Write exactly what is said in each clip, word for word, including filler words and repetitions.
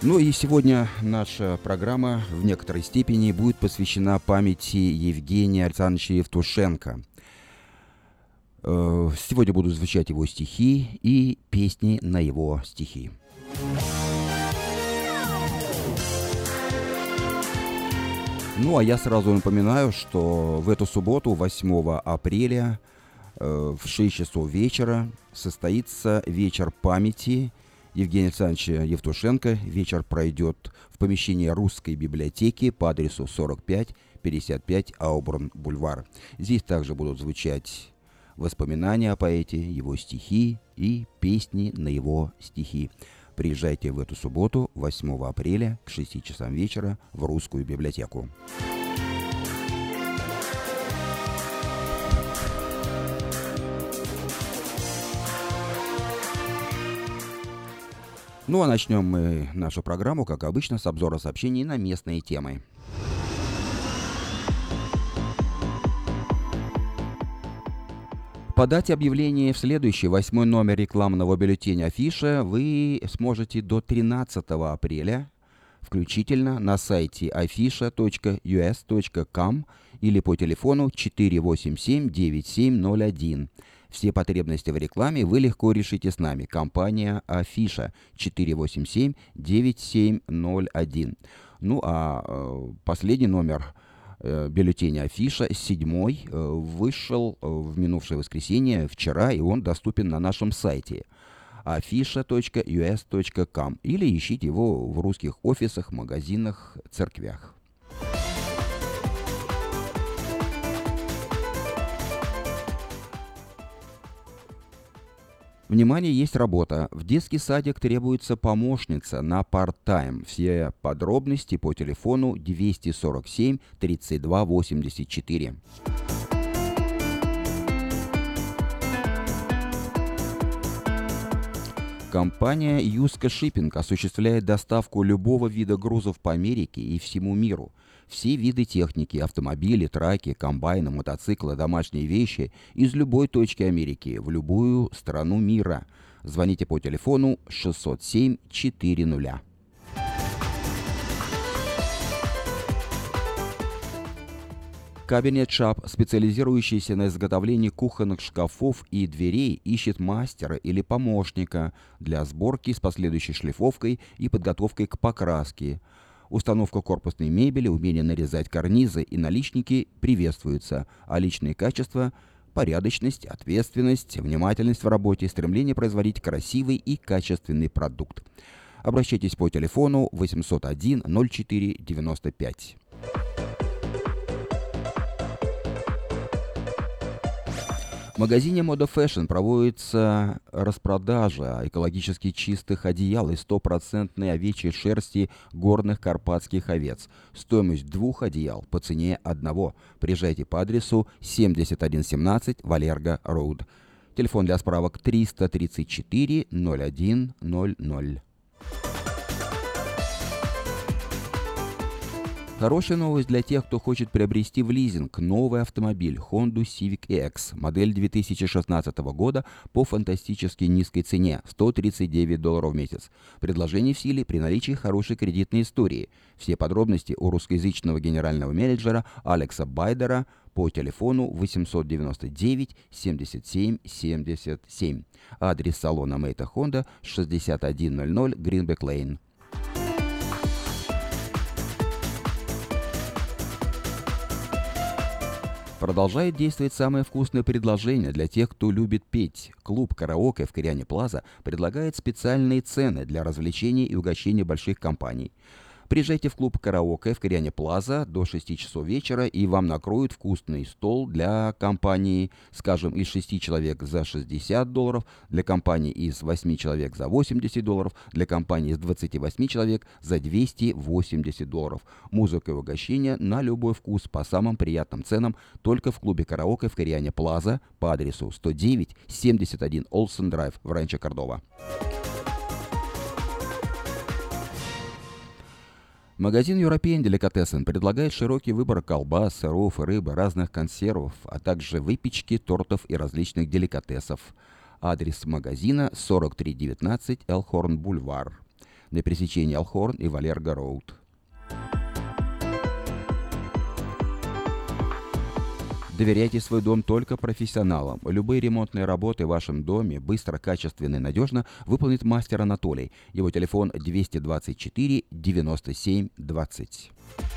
Ну и сегодня наша программа в некоторой степени будет посвящена памяти Евгения Александровича Евтушенко. Сегодня будут звучать его стихи и песни на его стихи. Ну а я сразу напоминаю, что в эту субботу, восьмого апреля, в шесть часов вечера состоится вечер памяти Евгения Александровича Евтушенко. Вечер пройдет в помещении Русской библиотеки по адресу сорок пять пятьдесят пять Аубурн-Бульвар. Здесь также будут звучать воспоминания о поэте, его стихи и песни на его стихи. Приезжайте в эту субботу, восьмого апреля, к шести часам вечера в Русскую библиотеку. Ну а начнем мы нашу программу, как обычно, с обзора сообщений на местные темы. Подать объявление в следующий, восьмой номер рекламного бюллетеня «Афиша» вы сможете до тринадцатого апреля, включительно на сайте афиша точка ю эс точка ком или по телефону четыре восемь семь девять семь ноль один. Все потребности в рекламе вы легко решите с нами. Компания «Афиша» четыре восемь семь девять семь ноль один. Ну а э, последний номер э, бюллетеня «Афиша», седьмой, э, вышел э, в минувшее воскресенье, вчера, и он доступен на нашем сайте афиша точка ю эс точка ком или ищите его в русских офисах, магазинах, церквях. Внимание, есть работа. В детский садик требуется помощница на парт-тайм. Все подробности по телефону двести сорок семь тридцать два восемьдесят четыре. Компания Юска Шиппинг осуществляет доставку любого вида грузов по Америке и всему миру. Все виды техники, автомобили, траки, комбайны, мотоциклы, домашние вещи из любой точки Америки в любую страну мира. Звоните по телефону шестьсот семь четыреста. Кабинет Шап, специализирующийся на изготовлении кухонных шкафов и дверей, ищет мастера или помощника для сборки с последующей шлифовкой и подготовкой к покраске. Установка корпусной мебели, умение нарезать карнизы и наличники приветствуются, а личные качества – порядочность, ответственность, внимательность в работе, стремление производить красивый и качественный продукт. Обращайтесь по телефону восемьсот один ноль четыре девяносто пять. В магазине Moda Fashion проводится распродажа экологически чистых одеял из стопроцентной овечьей шерсти горных карпатских овец. Стоимость двух одеял по цене одного. Приезжайте по адресу семьдесят один семнадцать Валерго Роуд. Телефон для справок триста тридцать четыре ноль один ноль ноль. Хорошая новость для тех, кто хочет приобрести в лизинг новый автомобиль Honda Civic X, модель две тысячи шестнадцатого года по фантастически низкой цене – сто тридцать девять долларов в месяц. Предложение в силе при наличии хорошей кредитной истории. Все подробности у русскоязычного генерального менеджера Алекса Байдера по телефону восемьсот девяносто девять семьдесят семь семьдесят семь. Адрес салона Мэйта Honda шестьдесят один ноль ноль Гринбек Лейн. Продолжает действовать самое вкусное предложение для тех, кто любит петь. Клуб «Караоке» в Кориане Плаза предлагает специальные цены для развлечений и угощения больших компаний. Приезжайте в клуб «Караоке» в Кориане Плаза до шести часов вечера, и вам накроют вкусный стол для компании, скажем, из шести человек за шестьдесят долларов, для компании из восьми человек за восемьдесят долларов, для компании из двадцати восьми человек за двести восемьдесят долларов. Музыка и угощение на любой вкус по самым приятным ценам только в клубе «Караоке» в Кориане Плаза по адресу сто девять семьдесят один Олсен Драйв в Ранчо Кордова. Магазин European Delicatessen предлагает широкий выбор колбас, сыров и рыбы, разных консервов, а также выпечки, тортов и различных деликатесов. Адрес магазина сорок три девятнадцать Элхорн Бульвар. на пересечении Алхорн и Валерго-Роуд. Доверяйте свой дом только профессионалам. Любые ремонтные работы в вашем доме быстро, качественно и надежно выполнит мастер Анатолий. Его телефон двести двадцать четыре девяносто семь двадцать.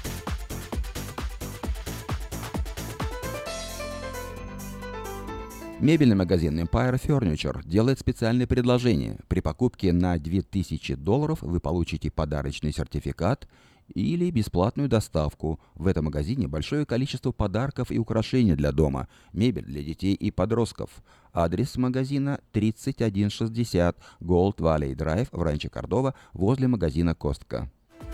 Мебельный магазин Empire Furniture делает специальное предложение. При покупке на две тысячи долларов вы получите подарочный сертификат или бесплатную доставку. В этом магазине большое количество подарков и украшений для дома, мебель для детей и подростков. Адрес магазина тридцать один шестьдесят Gold Valley Drive в Ранчо Кордова возле магазина Костка.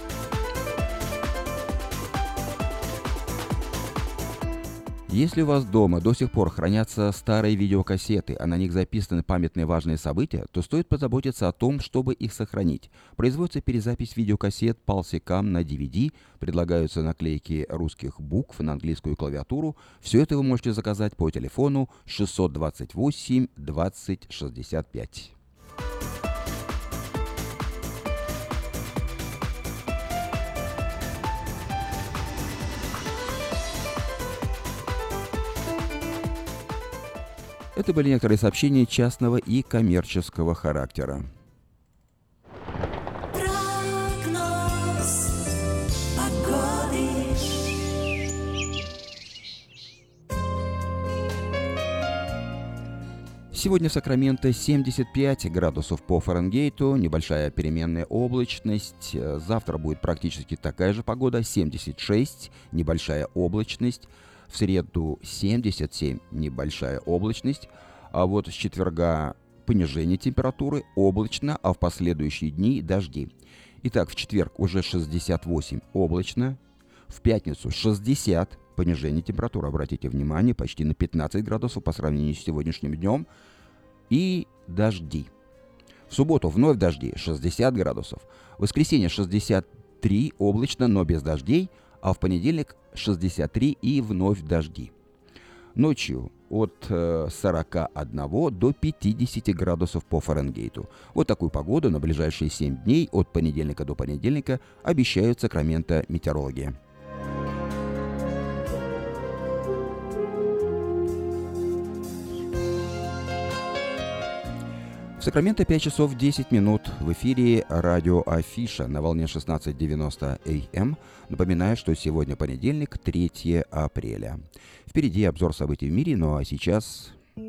Если у вас дома до сих пор хранятся старые видеокассеты, а на них записаны памятные важные события, то стоит позаботиться о том, чтобы их сохранить. Производится перезапись видеокассет PulseCam на ди ви ди, предлагаются наклейки русских букв на английскую клавиатуру. Все это вы можете заказать по телефону шестьсот двадцать восемь двадцать шестьдесят пять. Это были некоторые сообщения частного и коммерческого характера. Прогноз погоды. Сегодня в Сакраменто семьдесят пять градусов по Фаренгейту, небольшая переменная облачность. Завтра будет практически такая же погода, семьдесят шесть, небольшая облачность. В среду семьдесят семь, небольшая облачность, а вот с четверга понижение температуры, облачно, а в последующие дни дожди. Итак, в четверг уже шестьдесят восемь, облачно, в пятницу шестьдесят, понижение температуры, обратите внимание, почти на пятнадцать градусов по сравнению с сегодняшним днем, и дожди. В субботу вновь дожди, шестьдесят градусов, в воскресенье шестьдесят три, облачно, но без дождей, а в понедельник шестьдесят три и вновь дожди. Ночью от сорока одного до пятидесяти градусов по Фаренгейту. Вот такую погоду на ближайшие семь дней от понедельника до понедельника обещают Сакраменто метеорологи. В Сакраменто пять часов десять минут. В эфире радио Афиша на волне шестнадцать девяносто эй эм. Напоминаю, что сегодня понедельник, третьего апреля. Впереди обзор событий в мире, ну а сейчас...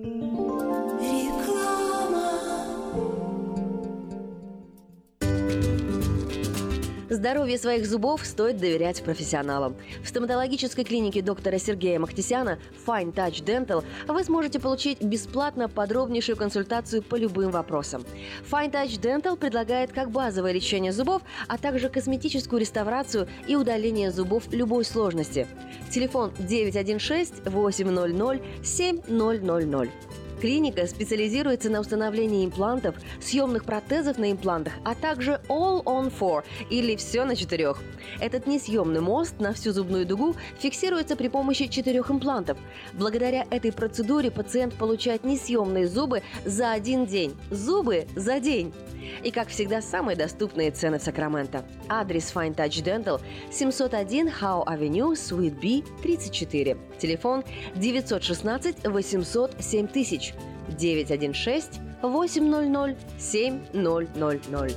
Здоровье своих зубов стоит доверять профессионалам. В стоматологической клинике доктора Сергея Махтисяна Fine Touch Dental вы сможете получить бесплатно подробнейшую консультацию по любым вопросам. Fine Touch Dental предлагает как базовое лечение зубов, а также косметическую реставрацию и удаление зубов любой сложности. Телефон девять один шесть восемь ноль ноль семь ноль ноль ноль. Клиника специализируется на установлении имплантов, съемных протезов на имплантах, а также All on Four или все на четырех. Этот несъемный мост на всю зубную дугу фиксируется при помощи четырех имплантов. Благодаря этой процедуре пациент получает несъемные зубы за один день. Зубы за день! И, как всегда, самые доступные цены в Сакраменто. Адрес Fine Touch Dental семьсот один Howe Avenue, Suite B, тридцать четыре. Телефон девять один шесть восемьсот семь тысяч. девять один шесть восемь ноль ноль семь ноль ноль ноль.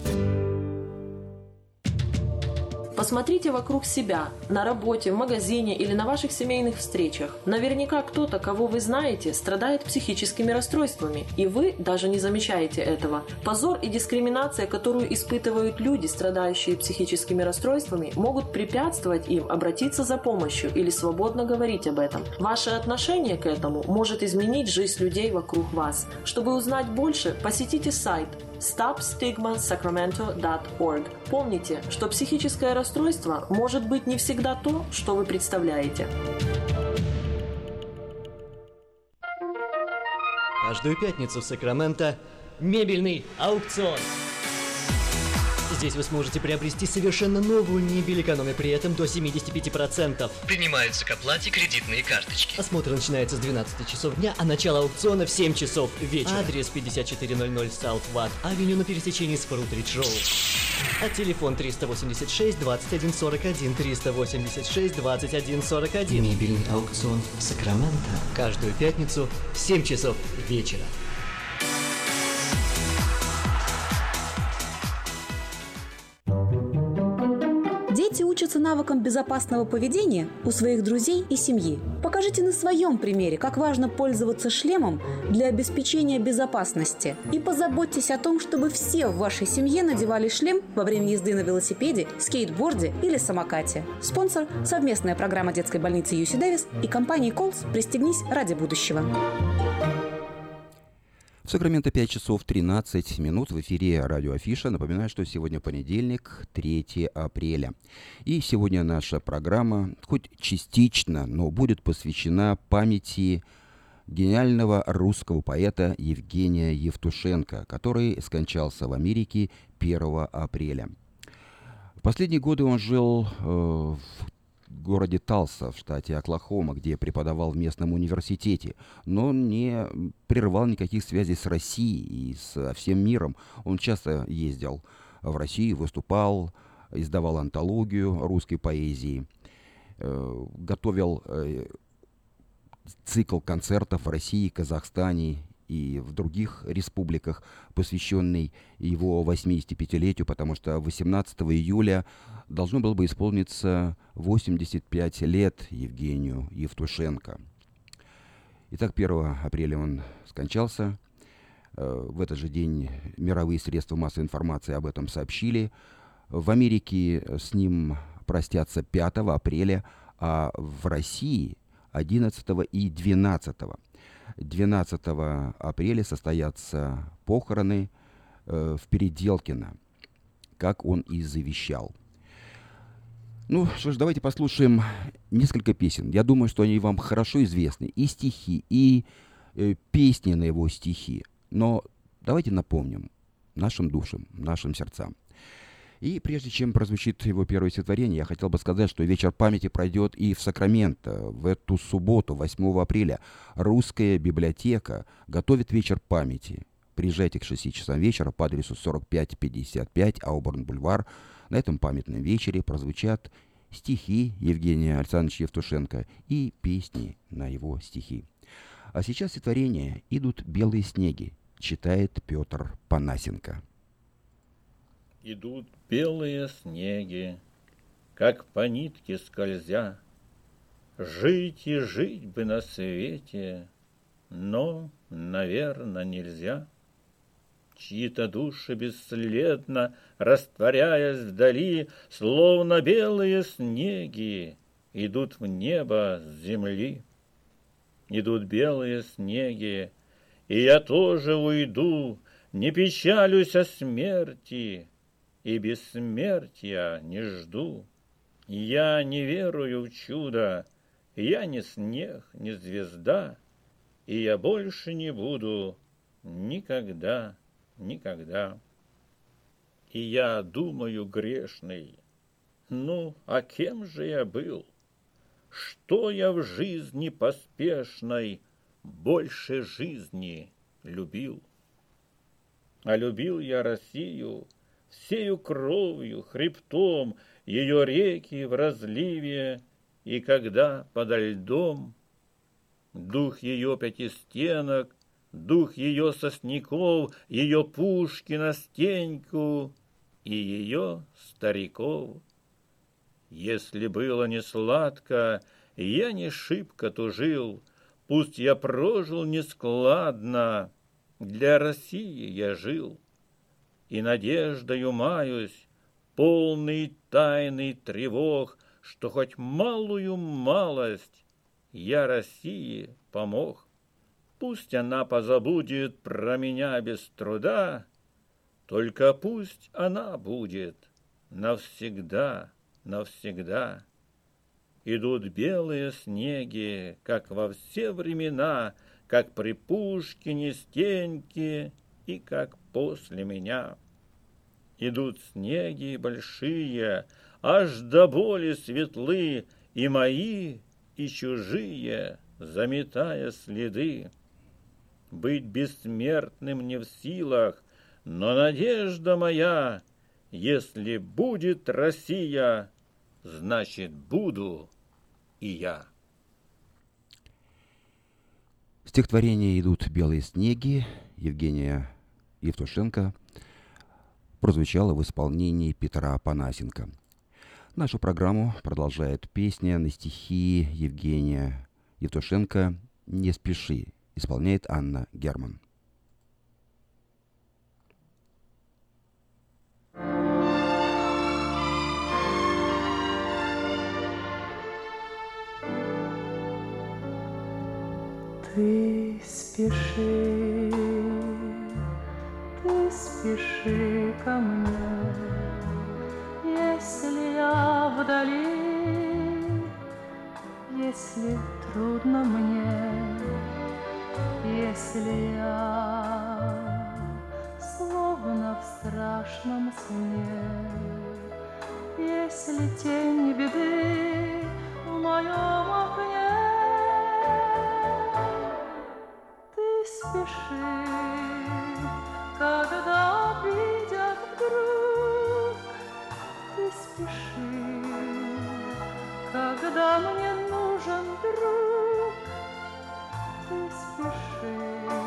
Посмотрите вокруг себя, на работе, в магазине или на ваших семейных встречах. Наверняка кто-то, кого вы знаете, страдает психическими расстройствами, и вы даже не замечаете этого. Позор и дискриминация, которую испытывают люди, страдающие психическими расстройствами, могут препятствовать им обратиться за помощью или свободно говорить об этом. Ваше отношение к этому может изменить жизнь людей вокруг вас. Чтобы узнать больше, посетите сайт стоп стигма сакраменто точка орг. Помните, что психическое расстройство может быть не всегда то, что вы представляете. Каждую пятницу в Сакраменто мебельный аукцион. Здесь вы сможете приобрести совершенно новую мебель, экономя при этом до семьдесят пять процентов. Принимаются к оплате кредитные карточки. Осмотр начинается с двенадцати часов дня, а начало аукциона в семь часов вечера. Адрес пятьдесят четыре ноль ноль South Watt Avenue на пересечении с Фрутридж Роуд. А телефон триста восемьдесят шесть двадцать один сорок один, триста восемьдесят шесть двадцать один сорок один. Мебельный аукцион Сакраменто. Каждую пятницу в семь часов вечера. Дети учатся навыкам безопасного поведения у своих друзей и семьи. Покажите на своем примере, как важно пользоваться шлемом для обеспечения безопасности. И позаботьтесь о том, чтобы все в вашей семье надевали шлем во время езды на велосипеде, скейтборде или самокате. Спонсор – совместная программа детской больницы ю си Дэвис и компании Колс «Пристегнись ради будущего». В Сакраменто пять часов тринадцать минут, в эфире радио Афиша. Напоминаю, что сегодня понедельник, третьего апреля. И сегодня наша программа, хоть частично, но будет посвящена памяти гениального русского поэта Евгения Евтушенко, который скончался в Америке первого апреля. В последние годы он жил э, в городе Талса в штате Оклахома, где преподавал в местном университете, но не прервал никаких связей с Россией и со всем миром. Он часто ездил в Россию, выступал, издавал антологию русской поэзии, э, готовил э, цикл концертов в России, Казахстане и в других республиках, посвященный его восьмидесятипятилетию, потому что восемнадцатого июля должно было бы исполниться восемьдесят пять лет Евгению Евтушенко. Итак, первого апреля он скончался. В этот же день мировые средства массовой информации об этом сообщили. В Америке с ним простятся пятого апреля, а в России одиннадцатого и двенадцатого. двенадцатого апреля состоятся похороны э, в Переделкино, как он и завещал. Ну что ж, давайте послушаем несколько песен. Я думаю, что они вам хорошо известны. И стихи, и э, песни на его стихи. Но давайте напомним нашим душам, нашим сердцам. И прежде чем прозвучит его первое стихотворение, я хотел бы сказать, что вечер памяти пройдет и в Сакраменто. В эту субботу, восьмого апреля, Русская библиотека готовит вечер памяти. Приезжайте к шести часам вечера по адресу сорок пять пятьдесят пять Ауборн-бульвар. На этом памятном вечере прозвучат стихи Евгения Александровича Евтушенко и песни на его стихи. А сейчас стихотворение «Идут белые снеги», читает Петр Панасенко. Идут белые снеги, как по нитке скользя. Жить и жить бы на свете, но, наверно, нельзя. Чьи-то души бесследно, растворяясь вдали, словно белые снеги, идут в небо с земли. Идут белые снеги, и я тоже уйду, не печалюсь о смерти, и бессмертия не жду. Я не верую в чудо, я не снег, не звезда, и я больше не буду никогда, никогда. И я думаю, грешный, ну, а кем же я был? Что я в жизни поспешной больше жизни любил? А любил я Россию всею кровью, хребтом, ее реки в разливе, и когда подо льдом дух ее пятистенок, дух ее сосняков, ее пушки на стеньку и ее стариков. Если было не сладко, я не шибко тужил, пусть я прожил нескладно, для России я жил. И надеждою маюсь, полный тайный тревог, что хоть малую малость я России помог. Пусть она позабудет про меня без труда, только пусть она будет навсегда, навсегда. Идут белые снеги, как во все времена, как при Пушкине, Стеньке и как после меня. идут снеги большие, аж до боли светлы, и мои, и чужие, заметая следы. Быть бессмертным не в силах, но надежда моя, если будет Россия, значит, буду и я. Стихотворение «Идут белые снеги» Евгения Евтушенко прозвучало в исполнении Петра Апанасенко. Нашу программу продолжает песня на стихи Евгения Евтушенко «Не спеши», исполняет Анна Герман. Ты спеши, ты спеши ко мне, если я вдали, если трудно мне, если я словно в страшном сне, если тень беды в моем окне. Спеши, когда видят вдруг, ты спеши, когда мне нужен друг, ты спеши,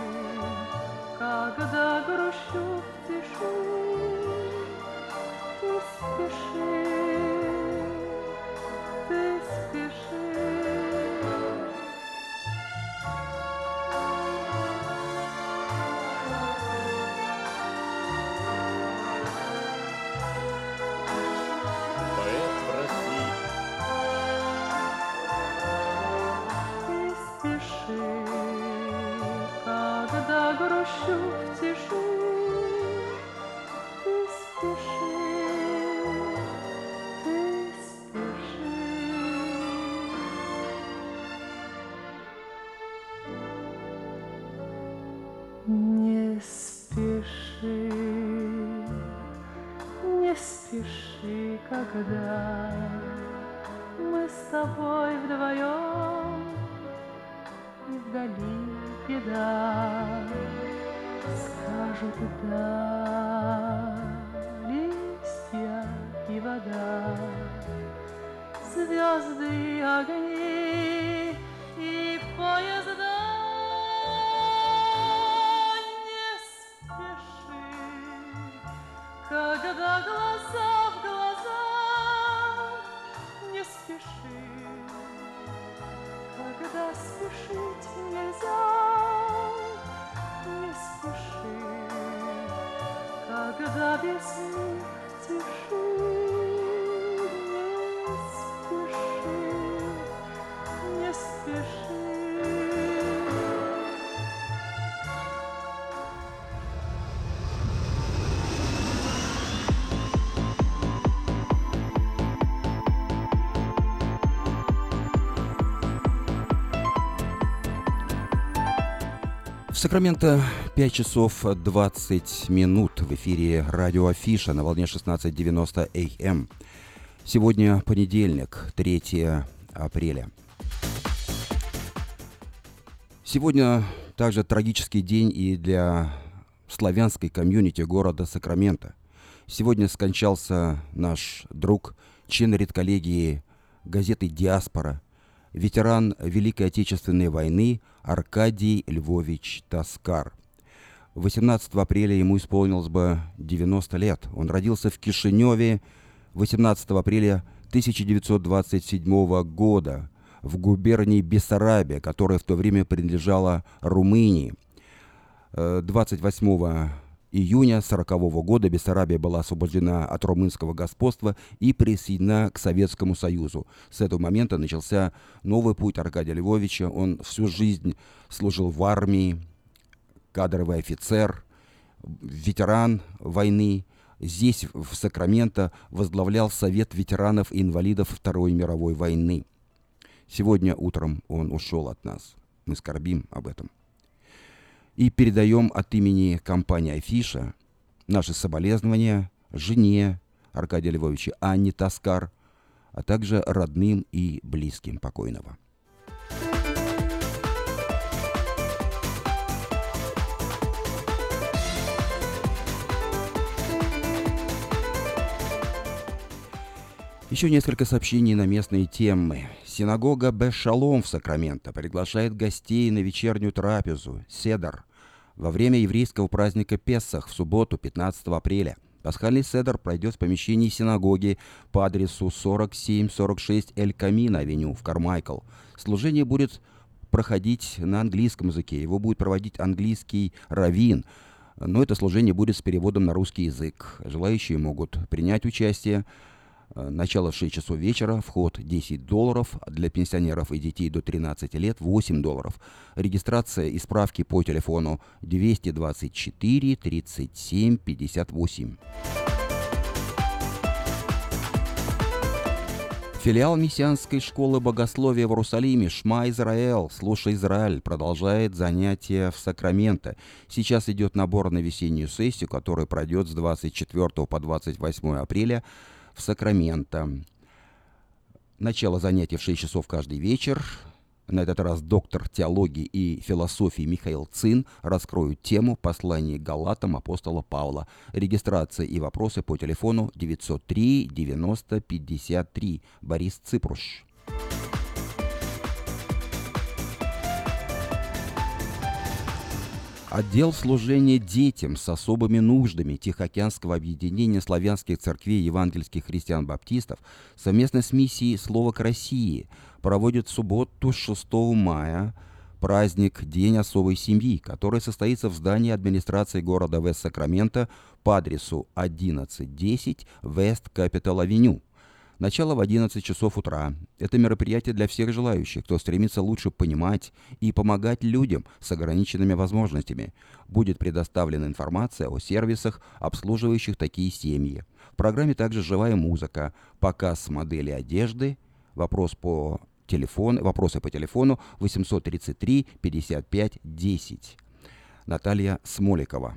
когда грущу в тиши, ты спеши, ты спеши. Грущу в тиши, ты спеши, ты спеши. Не спеши, не спеши, когда мы с тобой вдвоем и вдали беда. Скажут да, листья и вода, звезды и огни и поезда. Не спеши, когда глаза в глаза, не спеши, когда спешить нельзя. Не спеши, когда без них в тиши. Не спеши, не спеши. В Сакраменто пять часов двадцать минут. В эфире радио Афиша на волне шестнадцать девяносто эй эм. Сегодня понедельник, третьего апреля. Сегодня также трагический день и для славянской комьюнити города Сакраменто. Сегодня скончался наш друг, член редколлегии газеты «Диаспора», ветеран Великой Отечественной войны Аркадий Львович Таскар. восемнадцатого апреля ему исполнилось бы девяносто лет. Он родился в Кишиневе восемнадцатого апреля тысяча девятьсот двадцать седьмого года в губернии Бессарабия, которая в то время принадлежала Румынии. двадцать восьмого июня сорокового года Бессарабия была освобождена от румынского господства и присоединена к Советскому Союзу. С этого момента начался новый путь Аркадия Львовича. Он всю жизнь служил в армии, кадровый офицер, ветеран войны. Здесь, в Сакраменто, возглавлял Совет ветеранов и инвалидов Второй мировой войны. Сегодня утром он ушел от нас. Мы скорбим об этом. И передаем от имени компании «Афиша» наши соболезнования жене Аркадия Львовича Анне Таскар, а также родным и близким покойного. Еще несколько сообщений на местные темы. Синагога Беш-Шалом в Сакраменто приглашает гостей на вечернюю трапезу «Седер» во время еврейского праздника Песах в субботу, пятнадцатого апреля. Пасхальный седер пройдет в помещении синагоги по адресу сорок семь сорок шесть Эль-Камин-авеню в Кармайкл. Служение будет проходить на английском языке. Его будет проводить английский раввин, но это служение будет с переводом на русский язык. Желающие могут принять участие. Начало в шесть часов вечера, вход десять долларов, для пенсионеров и детей до тринадцати лет восемь долларов. Регистрация и справки по телефону двести двадцать четыре тридцать семь пятьдесят восемь. Филиал Мессианской школы богословия в Иерусалиме «Шма Израэль», «Слушай, Израиль» продолжает занятия в Сакраменто. Сейчас идет набор на весеннюю сессию, которая пройдет с двадцать четвёртого по двадцать восьмое апреля в Сакраменто. Начало занятий в шесть часов каждый вечер. На этот раз доктор теологии и философии Михаил Цин раскроют тему послания к Галатам апостола Павла. Регистрация и вопросы по телефону девятьсот три девяносто пятьдесят три. Борис Ципруш. Отдел служения детям с особыми нуждами Тихоокеанского объединения славянских церквей евангельских христиан-баптистов совместно с миссией «Слово к России» проводит в субботу шестого мая праздник «День особой семьи», который состоится в здании администрации города Вест-Сакраменто по адресу одиннадцать десять Вест Капитал-авеню. Начало в одиннадцать часов утра. Это мероприятие для всех желающих, кто стремится лучше понимать и помогать людям с ограниченными возможностями. Будет предоставлена информация о сервисах, обслуживающих такие семьи. В программе также живая музыка, показ модели одежды, вопрос по телефону, вопросы по телефону восемьсот тридцать три пятьдесят пять десять. Наталья Смоликова.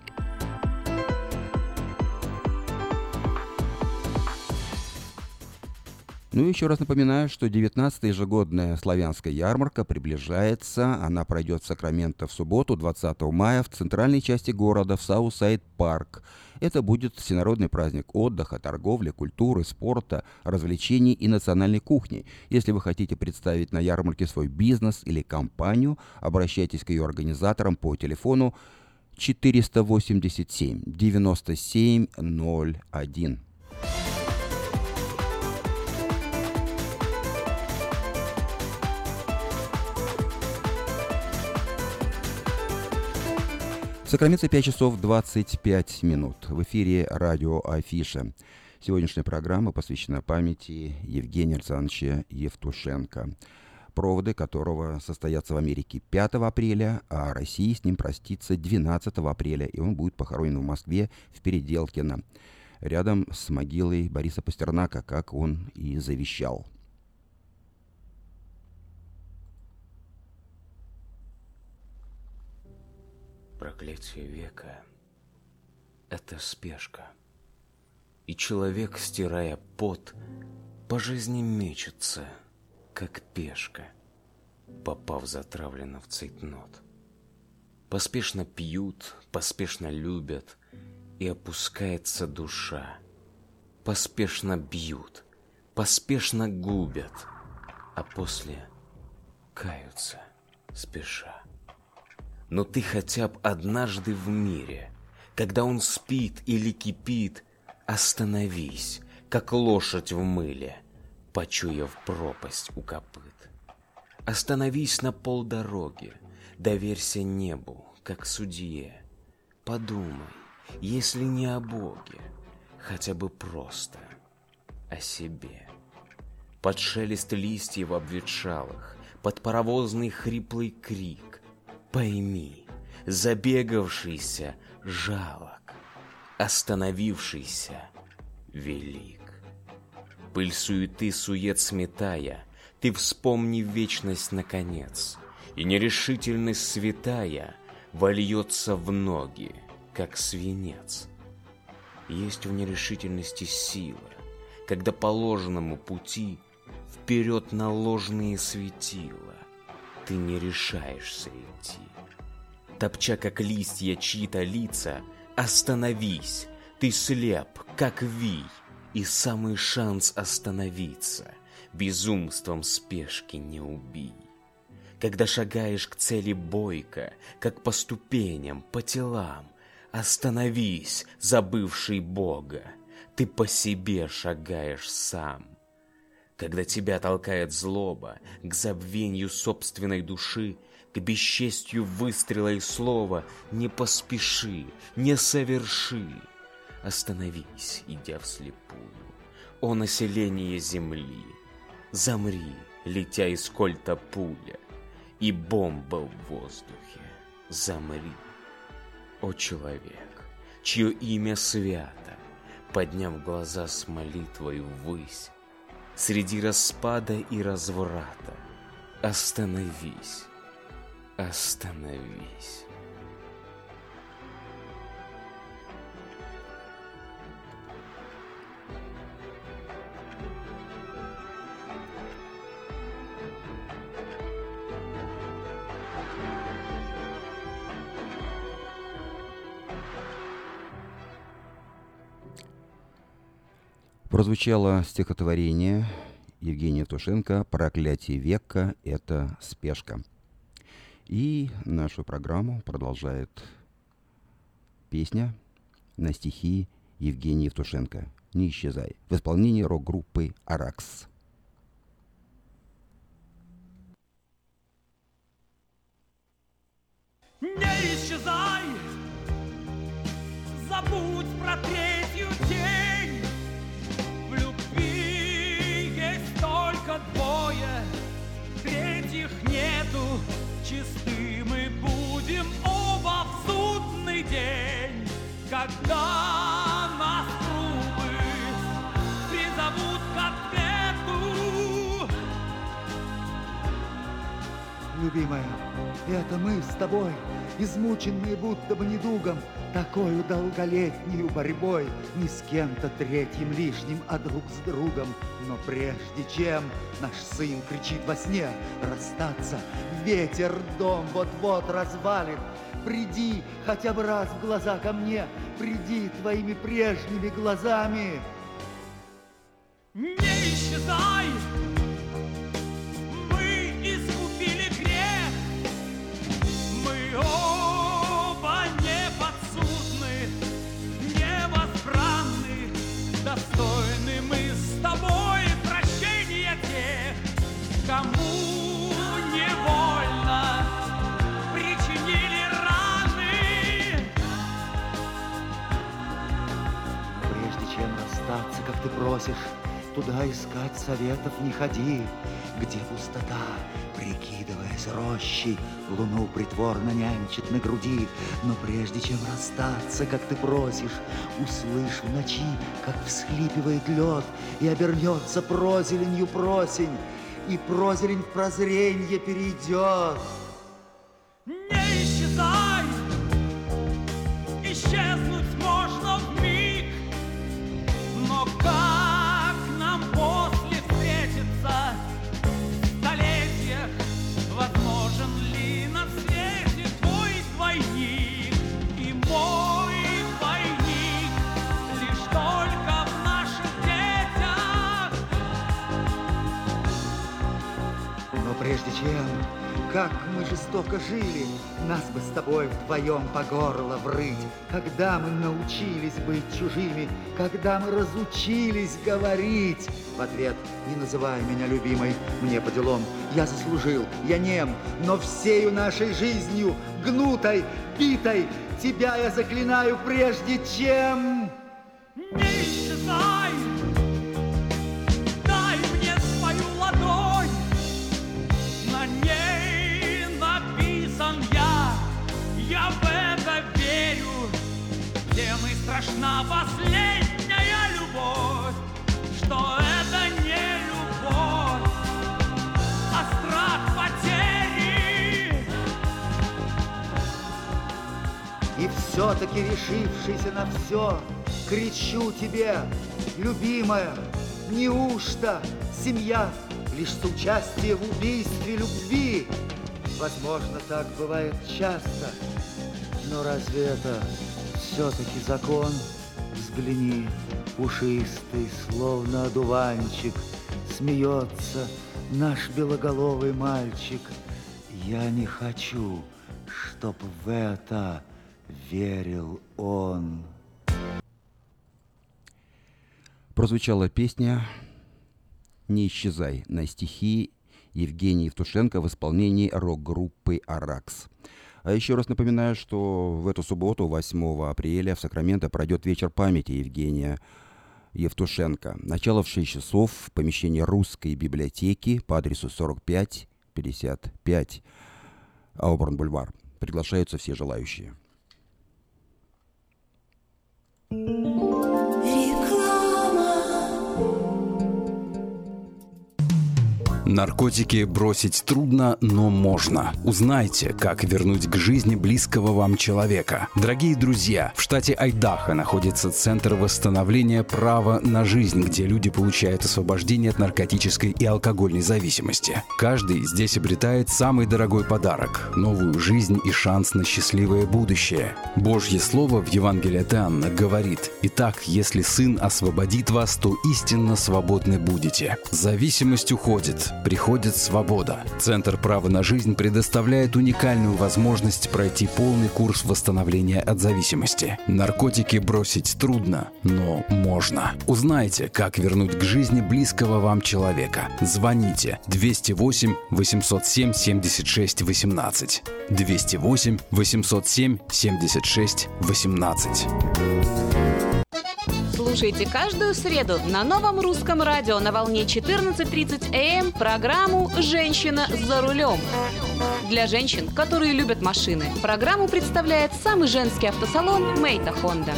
Ну и еще раз напоминаю, что девятнадцатая ежегодная славянская ярмарка приближается. Она пройдет в Сакраменто в субботу, двадцатого мая, в центральной части города, в Саусайд Парк. Это будет всенародный праздник отдыха, торговли, культуры, спорта, развлечений и национальной кухни. Если вы хотите представить на ярмарке свой бизнес или компанию, обращайтесь к ее организаторам по телефону четыреста восемьдесят семь девяносто семь ноль один. В Сакраменто пять часов двадцать пять минут. В эфире радио Афиша. Сегодняшняя программа посвящена памяти Евгения Александровича Евтушенко, проводы которого состоятся в Америке пятого апреля, а Россия с ним простится двенадцатого апреля, и он будет похоронен в Москве в Переделкино, рядом с могилой Бориса Пастернака, как он и завещал. Проклятие века — это спешка. И человек, стирая пот, по жизни мечется, как пешка, попав затравленно в цейтнот. Поспешно пьют, поспешно любят, и опускается душа. Поспешно бьют, поспешно губят, а после каются спеша. Но ты хотя бы однажды в мире, когда он спит или кипит, остановись, как лошадь в мыле, почуяв пропасть у копыт. Остановись на полдороги, доверься небу, как судье. Подумай, если не о Боге, хотя бы просто о себе. Под шелест листьев обветшалых, под паровозный хриплый крик пойми, забегавшийся жалок, остановившийся велик. Пыль суеты сует сметая, ты вспомни вечность наконец, и нерешительность святая вольется в ноги, как свинец. Есть в нерешительности сила, когда по ложному пути вперед на ложные светила ты не решаешься идти. Топча, как листья, чьи-то лица, остановись, ты слеп, как вий, и самый шанс остановиться безумством спешки не убий. Когда шагаешь к цели бойко, как по ступеням, по телам, остановись, забывший Бога, ты по себе шагаешь сам. Когда тебя толкает злоба к забвению собственной души, к бесчестью выстрела и слова, не поспеши, не соверши. Остановись, идя вслепую, о население земли. Замри, летя из кольта пуля, и бомба в воздухе. Замри, о человек, чье имя свято, подняв глаза с молитвой ввысь, среди распада и разврата, остановись, остановись. Прозвучало стихотворение Евгения Евтушенко «Проклятие века – это спешка». И нашу программу продолжает песня на стихи Евгения Евтушенко «Не исчезай» в исполнении рок-группы «Аракс». Не исчезай, забудь про третью тень. В любви есть только двое, третьих нету. Чисты мы будем оба в судный день, когда нас трубы призовут к ответу. Любимая, это мы с тобой, измученные будто бы недугом, такою долголетнею борьбой, не с кем-то третьим лишним, а друг с другом. Но прежде чем наш сын кричит во сне расстаться, ветер дом вот-вот развалит, приди хотя бы раз в глаза ко мне, приди твоими прежними глазами. Не исчезай! Достойны мы с тобой прощения тех, кому невольно причинили раны. Прежде чем расстаться, как ты просишь, туда искать советов не ходи, где пустота, прикидываясь рощей, луну притворно нянчит на груди. Но прежде чем расстаться, как ты просишь, услышь в ночи, как всхлипывает лед, и обернется прозеленью просень, и прозелень в прозренье перейдет. Не исчезай, исчезнуть можно вмиг, но как нам после встретиться в столетиях? Возможен ли на свете твой двойник и мой двойник лишь только в наших детях? Но прежде чем, как мы жестоко жили, нас бы с тобой вдвоем по горло врыть, когда мы научились быть чужими, когда мы разучились говорить. В ответ: не называй меня любимой, мне по делам, я заслужил, я нем, но всею нашей жизнью, гнутой, битой, тебя я заклинаю прежде чем... Не исчезай, дай мне свою ладонь, на ней написан я, я в это верю, тем и страшна последняя любовь, что это не любовь, а страх потери. И все-таки решившийся на все, кричу тебе, любимая, неужто семья лишь соучастие в убийстве любви? Возможно, так бывает часто, но разве это все-таки закон? Взгляни, пушистый, словно одуванчик, смеется наш белоголовый мальчик. Я не хочу, чтоб в это верил он. Прозвучала песня «Не исчезай» на стихи Евгения Евтушенко в исполнении рок-группы «Аракс». А еще раз напоминаю, что в эту субботу, восьмого апреля, в Сакраменто пройдет вечер памяти Евгения Евтушенко. Начало в шесть часов в помещении Русской библиотеки по адресу сорок пять пятьдесят пять Ауборн-Бульвар. Приглашаются все желающие. Наркотики бросить трудно, но можно. Узнайте, как вернуть к жизни близкого вам человека. Дорогие друзья, в штате Айдахо находится Центр восстановления права на жизнь, где люди получают освобождение от наркотической и алкогольной зависимости. Каждый здесь обретает самый дорогой подарок – новую жизнь и шанс на счастливое будущее. Божье Слово в Евангелии от Иоанна говорит: «Итак, если Сын освободит вас, то истинно свободны будете». Зависимость уходит. Приходит свобода. Центр права на жизнь предоставляет уникальную возможность пройти полный курс восстановления от зависимости. Наркотики бросить трудно, но можно. Узнайте, как вернуть к жизни близкого вам человека. Звоните двести восемь восемьсот семь семьдесят шесть восемнадцать. двести восемь восемьсот семь семьдесят шесть восемнадцать. Слушайте каждую среду на Новом русском радио на волне четырнадцать тридцать эй эм программу «Женщина за рулем». Для женщин, которые любят машины, программу представляет самый женский автосалон «Мейта Хонда».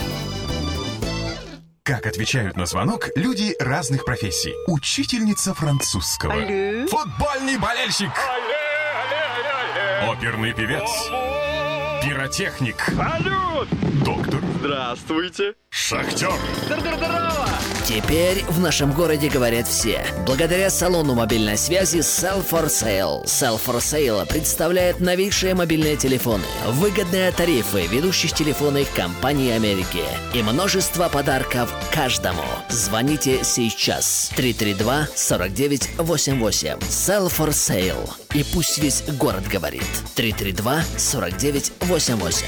Как отвечают на звонок люди разных профессий. Учительница французского. Алле. Футбольный болельщик. Алле, алле, алле. Оперный певец. Алло. Пиротехник. Салют. Доктор. Здравствуйте. Шахтер. Здорово. Теперь в нашем городе говорят все. Благодаря салону мобильной связи Sell for Sale. Sell for Sale представляет новейшие мобильные телефоны, выгодные тарифы ведущих телефонных компаний Америки и множество подарков каждому. Звоните сейчас. три три два сорок девять восемьдесят восемь. Sell for Sale. И пусть весь город говорит. три три два сорок девять восемьдесят восемь.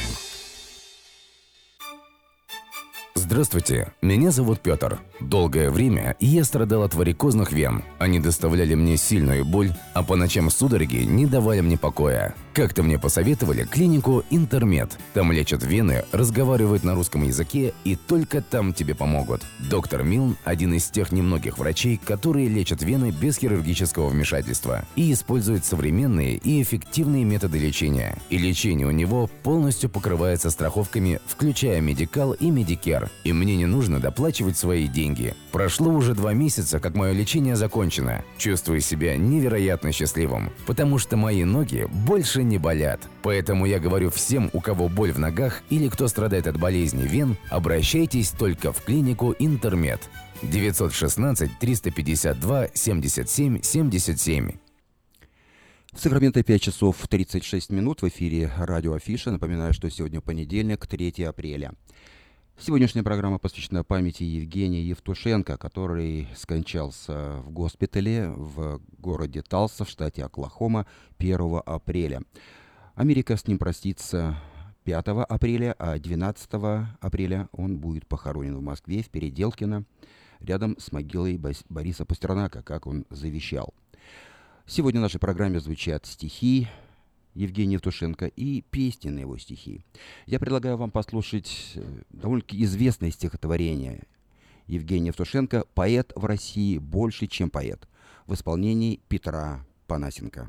Здравствуйте, меня зовут Петр. Долгое время я страдал от варикозных вен. Они доставляли мне сильную боль, а по ночам судороги не давали мне покоя. Как-то мне посоветовали клинику «Интермед». Там лечат вены, разговаривают на русском языке и только там тебе помогут. Доктор Милн – один из тех немногих врачей, которые лечат вены без хирургического вмешательства и используют современные и эффективные методы лечения. И лечение у него полностью покрывается страховками, включая Медикал и Медикер. И мне не нужно доплачивать свои деньги. Прошло уже два месяца, как мое лечение закончено. Чувствую себя невероятно счастливым, потому что мои ноги больше не болят. Поэтому я говорю всем, у кого боль в ногах или кто страдает от болезни вен, обращайтесь только в клинику «Интермед». девятьсот шестнадцать триста пятьдесят два семьдесят семь семьдесят семь. В Сакраменто пять часов тридцать шесть минут, в эфире радио Афиша. Напоминаю, что сегодня понедельник, третьего апреля. Сегодняшняя программа посвящена памяти Евгения Евтушенко, который скончался в госпитале в городе Талса в штате Оклахома первого апреля. Америка с ним простится пятого апреля, а двенадцатого апреля он будет похоронен в Москве, в Переделкино, рядом с могилой Бориса Пастернака, как он завещал. Сегодня в нашей программе звучат стихи Евгения Евтушенко и песни на его стихи. Я предлагаю вам послушать довольно-таки известное стихотворение Евгения Евтушенко «Поэт в России больше, чем поэт» в исполнении Петра Панасенко.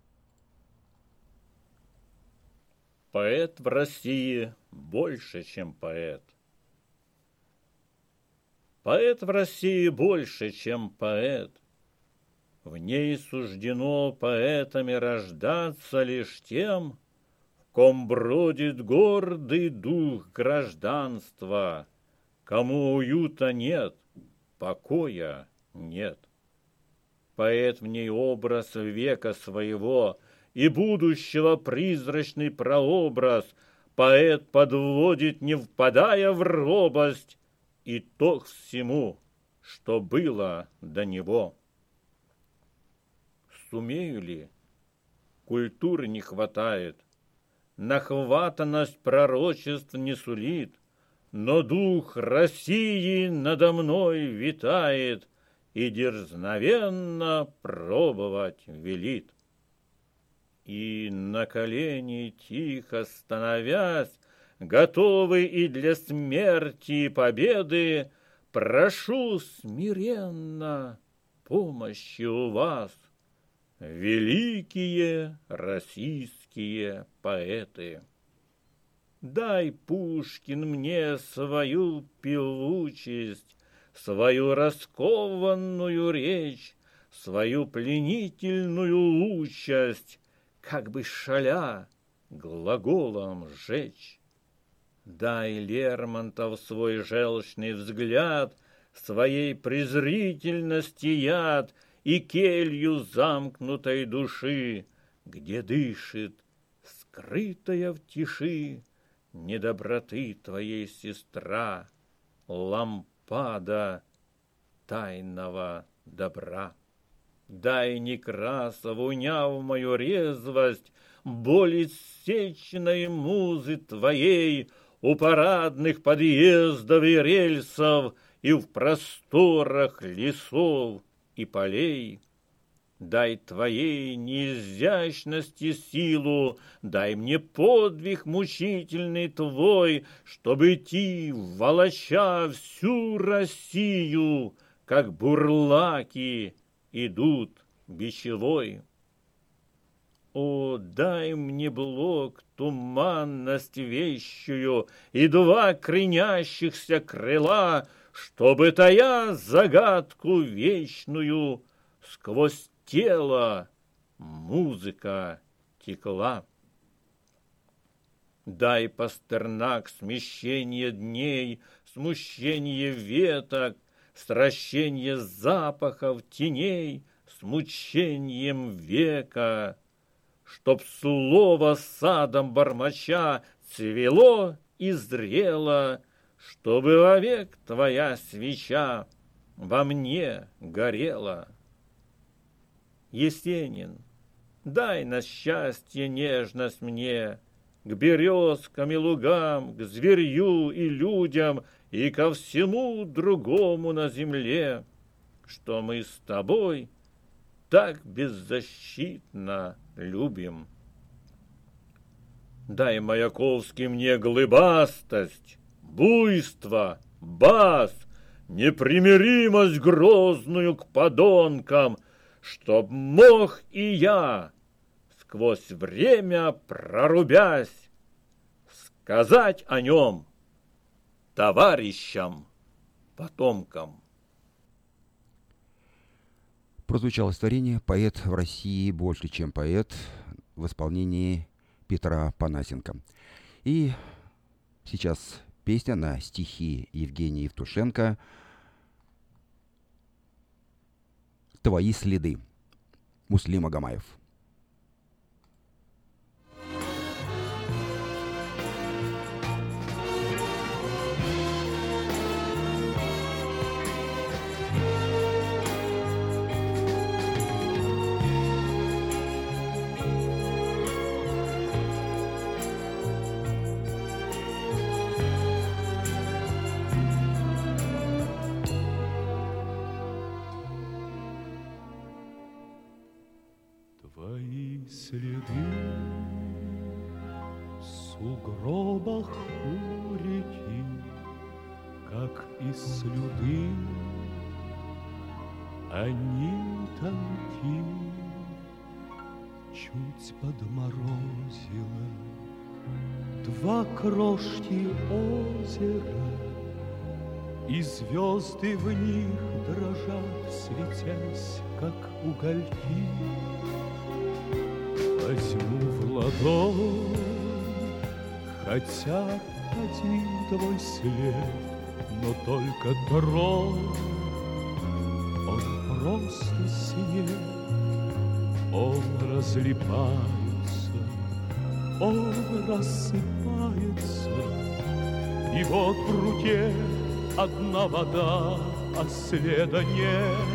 Поэт в России больше, чем поэт. Поэт в России больше, чем поэт. В ней суждено поэтами рождаться лишь тем, в ком бродит гордый дух гражданства, Кому уюта нет, покоя нет. Поэт в ней образ века своего и будущего призрачный прообраз. Поэт подводит, не впадая в робость, итог всему, что было до него. Сумею ли? Культуры не хватает, нахватанность пророчеств не сулит, но дух России надо мной витает и дерзновенно пробовать велит. И на колени тихо становясь, готовый и для смерти и победы, прошу смиренно помощи у вас, великие российские поэты. Дай, Пушкин, мне свою певучесть, свою раскованную речь, свою пленительную участь, как бы шаля глаголом жечь. Дай, Лермонтов, свой желчный взгляд, своей презрительности яд и келью замкнутой души, где дышит, скрытая в тиши, недоброты твоей сестра, лампада тайного добра. Дай, Некрасов, уняв мою резвость, боль иссеченной музы твоей, у парадных подъездов и рельсов и в просторах лесов и полей. Дай твоей неизящности силу, дай мне подвиг мучительный твой, чтобы идти, волоча всю Россию, как бурлаки идут бичевой. О, дай мне блок, туманность вещую и два кренящихся крыла, чтобы, тая загадку вечную, сквозь тело музыка текла. Дай, Пастернак, смещение дней, смущение веток, сращение запахов теней с мучением века, чтоб слово садом бормоча цвело и зрело, чтобы вовек твоя свеча во мне горела. Есенин, дай на счастье нежность мне, к березкам и лугам, к зверью и людям и ко всему другому на земле, что мы с тобой так беззащитно любим. Дай, Маяковский, мне глыбастость, буйство, бас, непримиримость грозную к подонкам, чтоб мог и я, сквозь время прорубясь, сказать о нем товарищам, потомкам. Прозвучало стихотворение «Поэт в России больше, чем поэт» в исполнении Петра Панасенко. И сейчас песня на стихи Евгения Евтушенко «Твои следы». Муслим Агамаев. Твои следы в сугробах у реки, как и слюды, они тонки, чуть подморозило два крошки озера, и звезды в них дрожат, светясь, как угольки. Возьму в ладонь хотя один твой след но только трон. Он просто снег, он разлипается, он рассыпается, и вот в руке одна вода, а следа нет.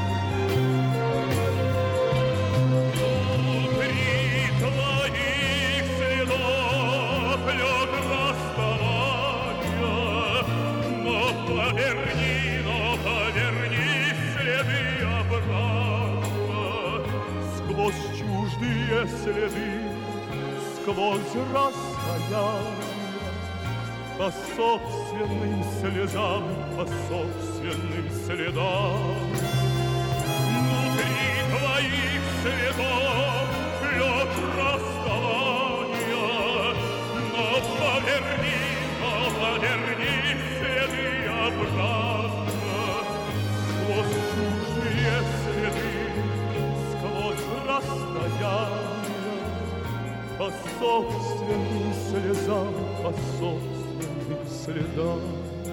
Внутри твоих следов лед расставания, но поверни, но поверни следы обратно. Сквозь чуждые следы, сквозь расстояние, по собственным слезам, по собственным следам. Внутри твоих следов лед расставания, но поверни, но поверни следы обратно. Сквозь чужие следы, сквозь расстояние, по собственным слезам, по собственным следам.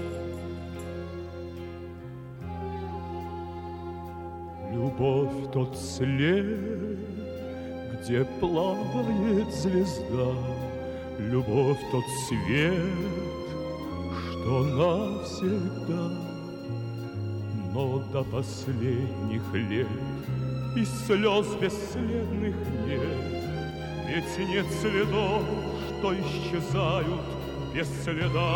Любовь — тот след, где плавает звезда. Любовь — тот свет, что навсегда. Но до последних лет и слез бесследных нет, ведь нет следов, что исчезают без следа.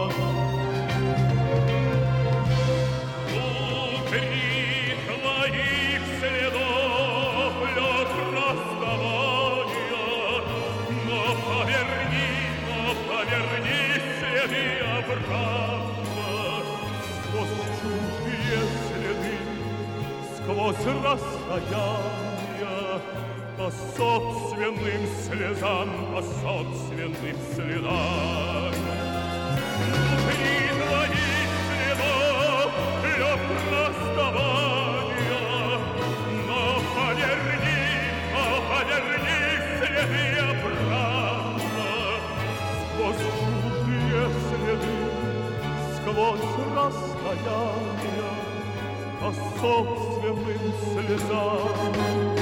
Внутри твоих следов лед расставания, но поверни, но поверни следы обратно. Сквозь чужие следы, сквозь расстояния, по собственным слезам, по собственным следам. Внутри твоих следов лед расставания, но поверни, но поверни следы обратно. Сквозь чужие следы, сквозь расстояния, по собственным слезам.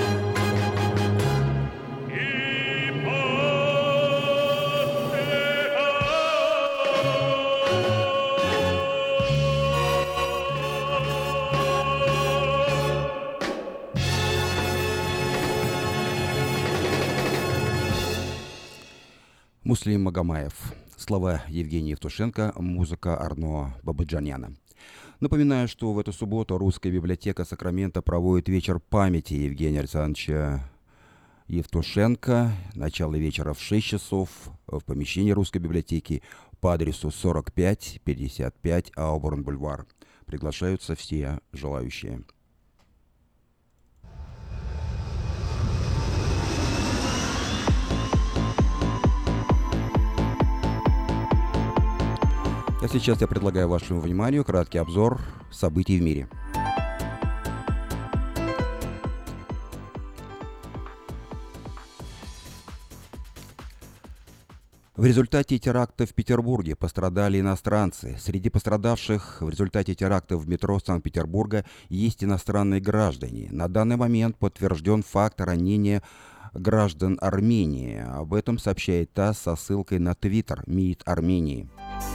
Муслим Магомаев. Слова Евгения Евтушенко, музыка Арно Бабаджаняна. Напоминаю, что в эту субботу Русская библиотека Сакрамента проводит вечер памяти Евгения Александровича Евтушенко. Начало вечера в шесть часов в помещении Русской библиотеки по адресу сорок пять пятьдесят пять Ауборн-Бульвар. Приглашаются все желающие. А сейчас я предлагаю вашему вниманию краткий обзор событий в мире. В результате теракта в Петербурге пострадали иностранцы. Среди пострадавших в результате теракта в метро Санкт-Петербурга есть иностранные граждане. На данный момент подтвержден факт ранения граждан Армении. Об этом сообщает ТАСС со ссылкой на твиттер МИД Армении.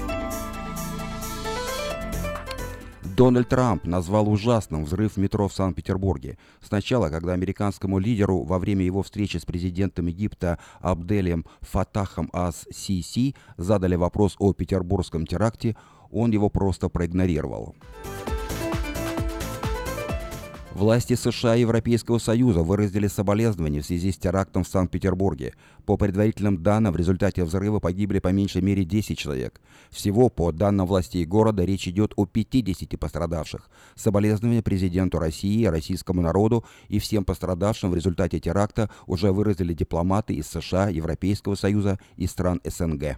Дональд Трамп назвал ужасным взрыв метро в Санкт-Петербурге. Сначала, когда американскому лидеру во время его встречи с президентом Египта Абделем Фатахом ас-Сиси задали вопрос о петербургском теракте, он его просто проигнорировал. Власти США и Европейского Союза выразили соболезнования в связи с терактом в Санкт-Петербурге. По предварительным данным, в результате взрыва погибли по меньшей мере десять человек. Всего, по данным властей города, речь идет о пятидесяти пострадавших. Соболезнования президенту России, российскому народу и всем пострадавшим в результате теракта уже выразили дипломаты из США, Европейского Союза и стран СНГ.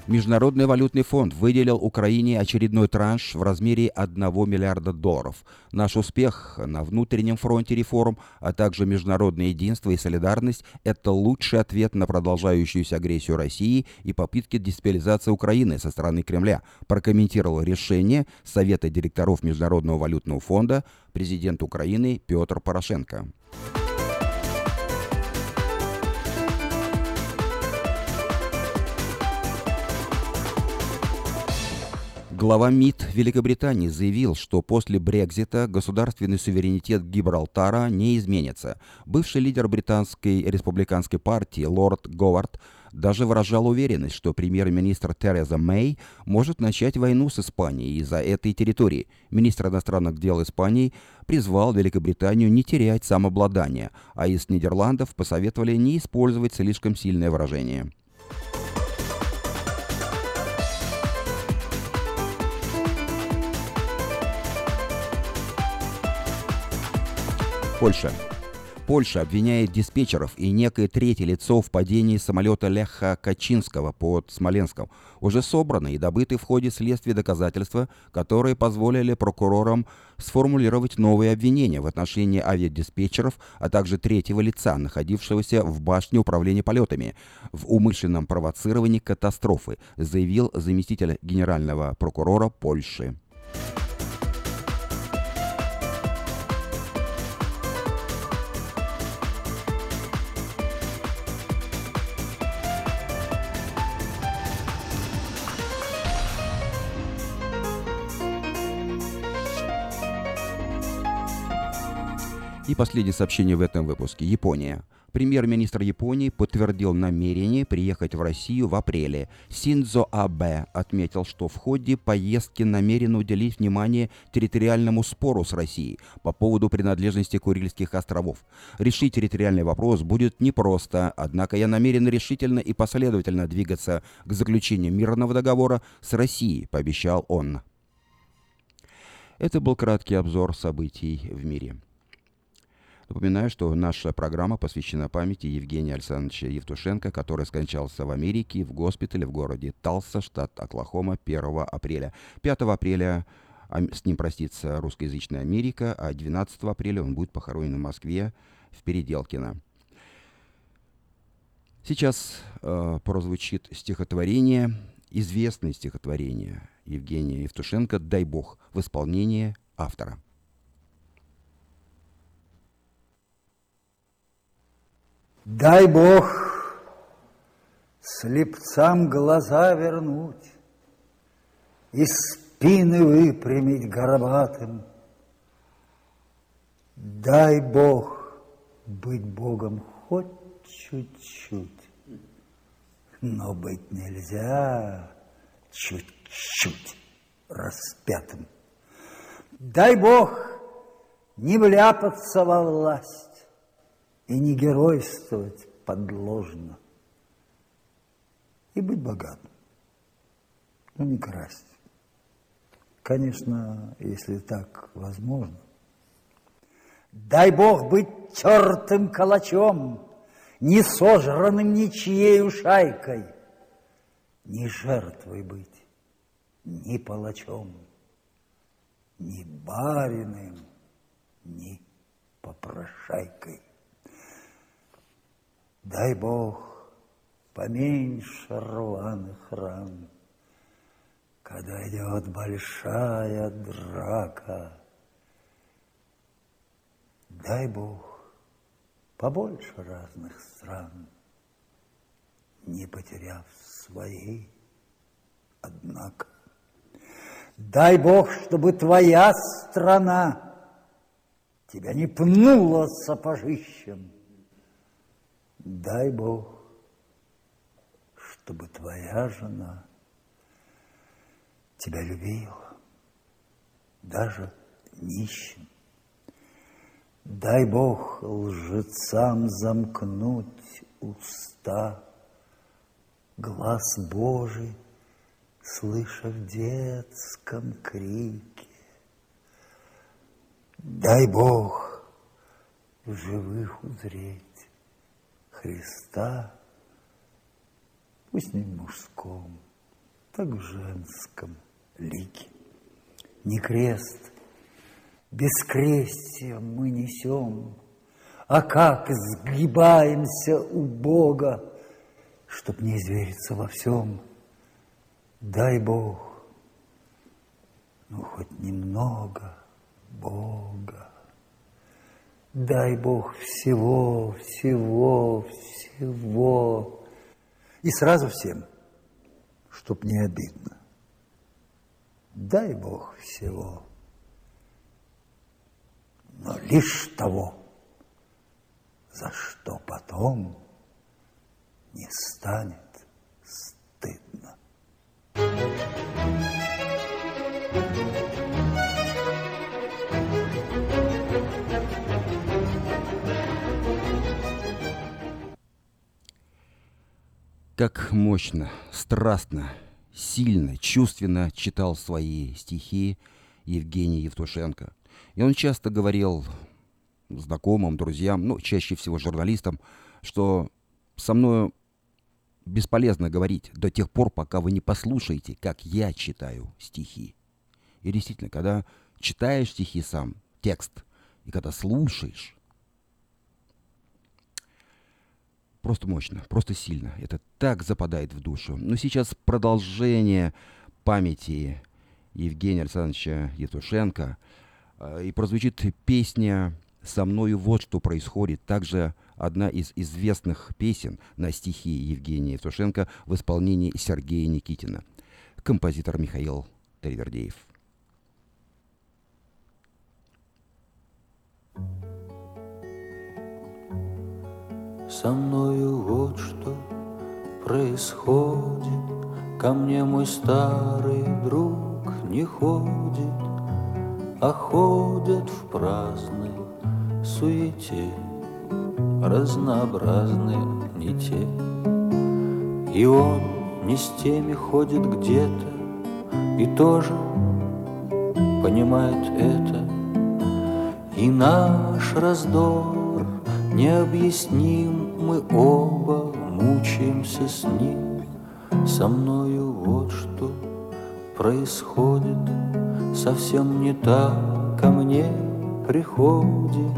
Международный валютный фонд выделил Украине очередной транш в размере одного миллиарда долларов. Наш успех на внутреннем фронте реформ, а также международное единство и солидарность – это лучший ответ на продолжающуюся агрессию России и попытки дестабилизации Украины со стороны Кремля, прокомментировал решение Совета директоров Международного валютного фонда президент Украины Петр Порошенко. Глава МИД Великобритании заявил, что после Брексита государственный суверенитет Гибралтара не изменится. Бывший лидер британской республиканской партии лорд Говард даже выражал уверенность, что премьер-министр Тереза Мэй может начать войну с Испанией из-за этой территории. Министр иностранных дел Испании призвал Великобританию не терять самообладание, а из Нидерландов посоветовали не использовать слишком сильное выражение. Польша. Польша обвиняет диспетчеров и некое третье лицо в падении самолета Леха Качинского под Смоленском. Уже собраны и добыты в ходе следствия доказательства, которые позволили прокурорам сформулировать новые обвинения в отношении авиадиспетчеров, а также третьего лица, находившегося в башне управления полетами, в умышленном провоцировании катастрофы, заявил заместитель генерального прокурора Польши. И последнее сообщение в этом выпуске. Япония. Премьер-министр Японии подтвердил намерение приехать в Россию в апреле. Синдзо Абэ отметил, что в ходе поездки намерен уделить внимание территориальному спору с Россией по поводу принадлежности Курильских островов. Решить территориальный вопрос будет непросто, однако я намерен решительно и последовательно двигаться к заключению мирного договора с Россией, пообещал он. Это был краткий обзор событий в мире. Напоминаю, что наша программа посвящена памяти Евгения Александровича Евтушенко, который скончался в Америке в госпитале в городе Талса, штат Оклахома, первого апреля. пятого апреля с ним простится русскоязычная Америка, а двенадцатого апреля он будет похоронен в Москве в Переделкино. Сейчас э, прозвучит стихотворение, известное стихотворение Евгения Евтушенко «Дай Бог» в исполнении автора. Дай Бог слепцам глаза вернуть и спины выпрямить горбатым. Дай Бог быть Богом хоть чуть-чуть, но быть нельзя чуть-чуть распятым. Дай Бог не вляпаться во власть и не геройствовать подложно, и быть богатым, но не красть. Конечно, если так возможно. Дай Бог быть тертым калачом, не сожранным ничьею шайкой, ни жертвой быть, ни палачом, ни бариным, ни попрошайкой. Дай Бог поменьше рваных ран, когда идет большая драка. Дай Бог побольше разных стран, не потеряв своей, однако. Дай Бог, чтобы твоя страна тебя не пнула сапожищем. Дай Бог, чтобы твоя жена тебя любила, даже нищим. Дай Бог лжецам замкнуть уста, глаз Божий, слыша в детском крике. Дай Бог в живых узреть Христа, пусть не в мужском так в женском лике. Не крест, бескрестие мы несем, а как сгибаемся у Бога, чтоб не извериться во всем. Дай Бог, ну хоть немного Бога. Дай Бог всего, всего, всего. И сразу всем, чтоб не обидно. Дай Бог всего, но лишь того, за что потом не станет стыдно. Как мощно, страстно, сильно, чувственно читал свои стихи Евгений Евтушенко. И он часто говорил знакомым, друзьям, ну, чаще всего журналистам, что со мною бесполезно говорить до тех пор, пока вы не послушаете, как я читаю стихи. И действительно, когда читаешь стихи сам, текст, и когда слушаешь, просто мощно, просто сильно. Это так западает в душу. Но сейчас продолжение памяти Евгения Александровича Евтушенко. И прозвучит песня «Со мною вот что происходит». Также одна из известных песен на стихи Евгения Евтушенко в исполнении Сергея Никитина. Композитор Михаил Таривердеев. Со мною вот что происходит, ко мне мой старый друг не ходит, а ходят в праздной суете разнообразные не те. И он не с теми ходит где-то и тоже понимает это. И наш раздор необъясним, мы оба мучаемся с ним. Со мною вот что происходит, совсем не так ко мне приходит.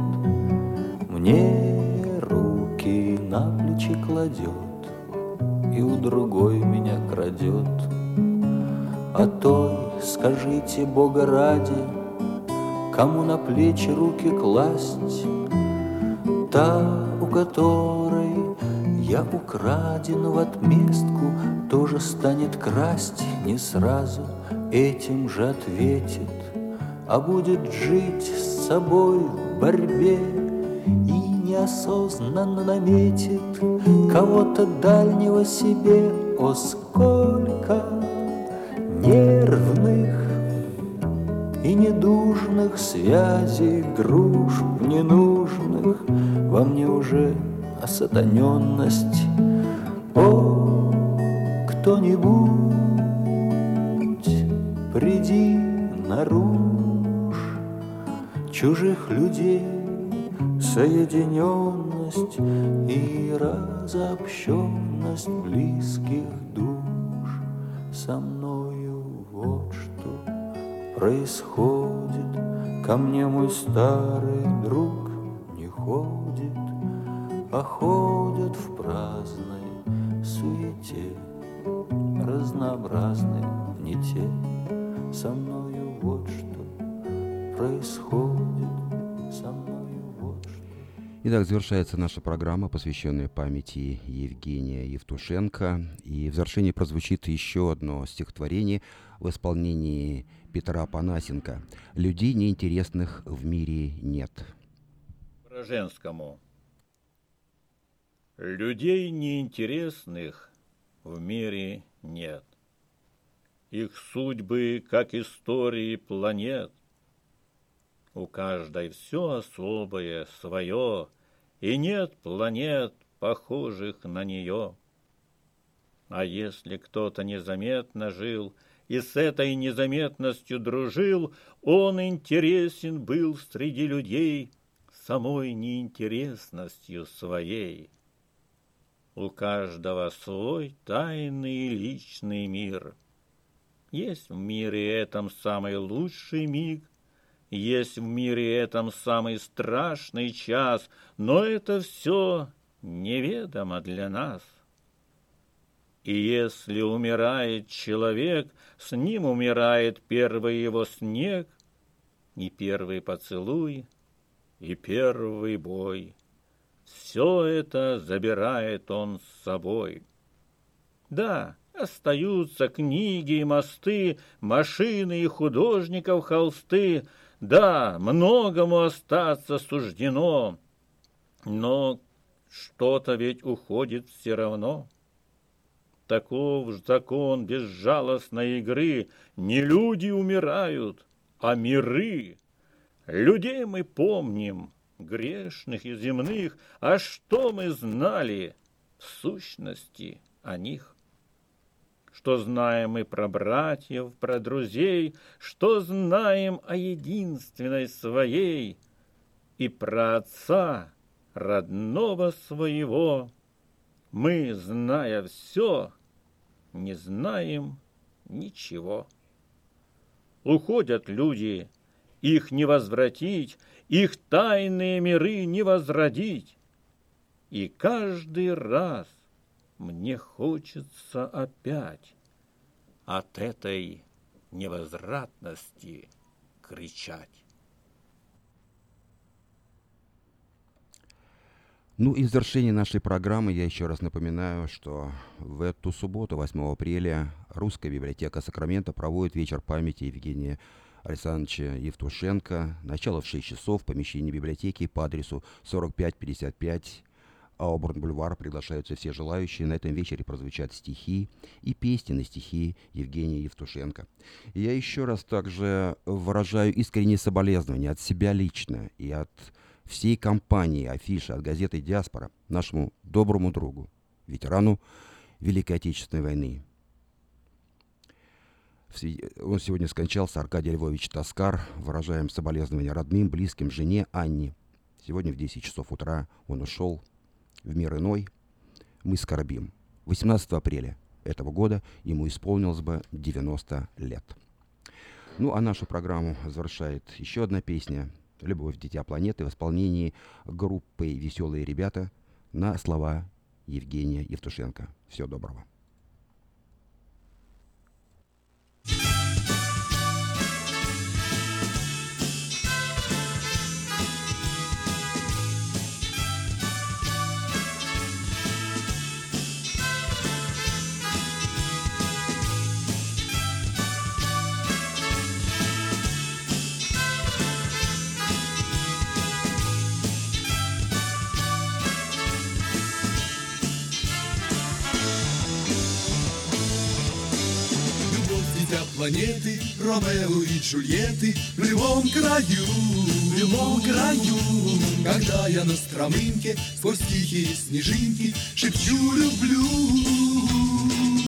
Мне руки на плечи кладет и у другой меня крадет. А той, скажите Бога ради, кому на плечи руки класть? Та, у которой я украден в отместку, тоже станет красть не сразу, этим же ответит, а будет жить с собой в борьбе и неосознанно наметит кого-то дальнего себе. О, сколько нервных и недужных связей, дружб ненужных, во мне уже осатаненность. О, кто-нибудь, приди наружь, чужих людей соединенность и разобщенность близких душ. Со мною вот что происходит, ко мне мой старый друг не ходит, а ходят в праздной суете разнообразные не те. Со мною вот что происходит, со мною вот что. Итак, завершается наша программа, посвященная памяти Евгения Евтушенко. И в завершении прозвучит еще одно стихотворение в исполнении Петра Панасенко. «Людей неинтересных в мире нет». Роженскому. Людей неинтересных в мире нет. Их судьбы, как истории планет. У каждой все особое, свое, и нет планет, похожих на нее. А если кто-то незаметно жил и с этой незаметностью дружил, он интересен был среди людей самой неинтересностью своей. У каждого свой тайный личный мир, Есть в мире этом самый лучший миг, есть в мире этом самый страшный час, но это все неведомо для нас. И если умирает человек, с ним умирает первый его снег, и первый поцелуй, и первый бой. Все это забирает он с собой. Да, остаются книги и мосты, машины и художников холсты. Да, многому остаться суждено, но что-то ведь уходит все равно. Таков закон безжалостной игры. Не люди умирают, а миры. Людей мы помним, грешных и земных, а что мы знали в сущности о них? Что знаем мы про братьев, про друзей, что знаем о единственной своей и про отца родного своего? Мы, зная все, не знаем ничего. Уходят люди, их не возвратить, их тайные миры не возродить. И каждый раз мне хочется опять от этой невозвратности кричать. Ну и в завершении нашей программы я еще раз напоминаю, что в эту субботу, восьмого апреля, Русская библиотека Сакрамента проводит вечер памяти Евгения Александровича Евтушенко. Начало в шесть часов в помещении библиотеки по адресу сорок пять пятьдесят пять Ауборн-бульвар. Приглашаются все желающие. На этом вечере прозвучат стихи и песни на стихи Евгения Евтушенко. И я еще раз также выражаю искренние соболезнования от себя лично и от всей компании «Афиша», от газеты «Диаспора», нашему доброму другу, ветерану Великой Отечественной войны. Он сегодня скончался, Аркадий Львович Тоскар. Выражаем соболезнования родным, близким, жене Анне. Сегодня в десять часов утра он ушел в мир иной. Мы скорбим. восемнадцатого апреля этого года ему исполнилось бы девяносто лет. Ну, а нашу программу завершает еще одна песня «Любовь, дитя планеты» в исполнении группы «Веселые ребята» на слова Евгения Евтушенко. Всего доброго. Планеты, Ромео и Джульетты в любом краю, в любом краю. Когда я на стромынке сквозь тихие снежинки шепчу люблю.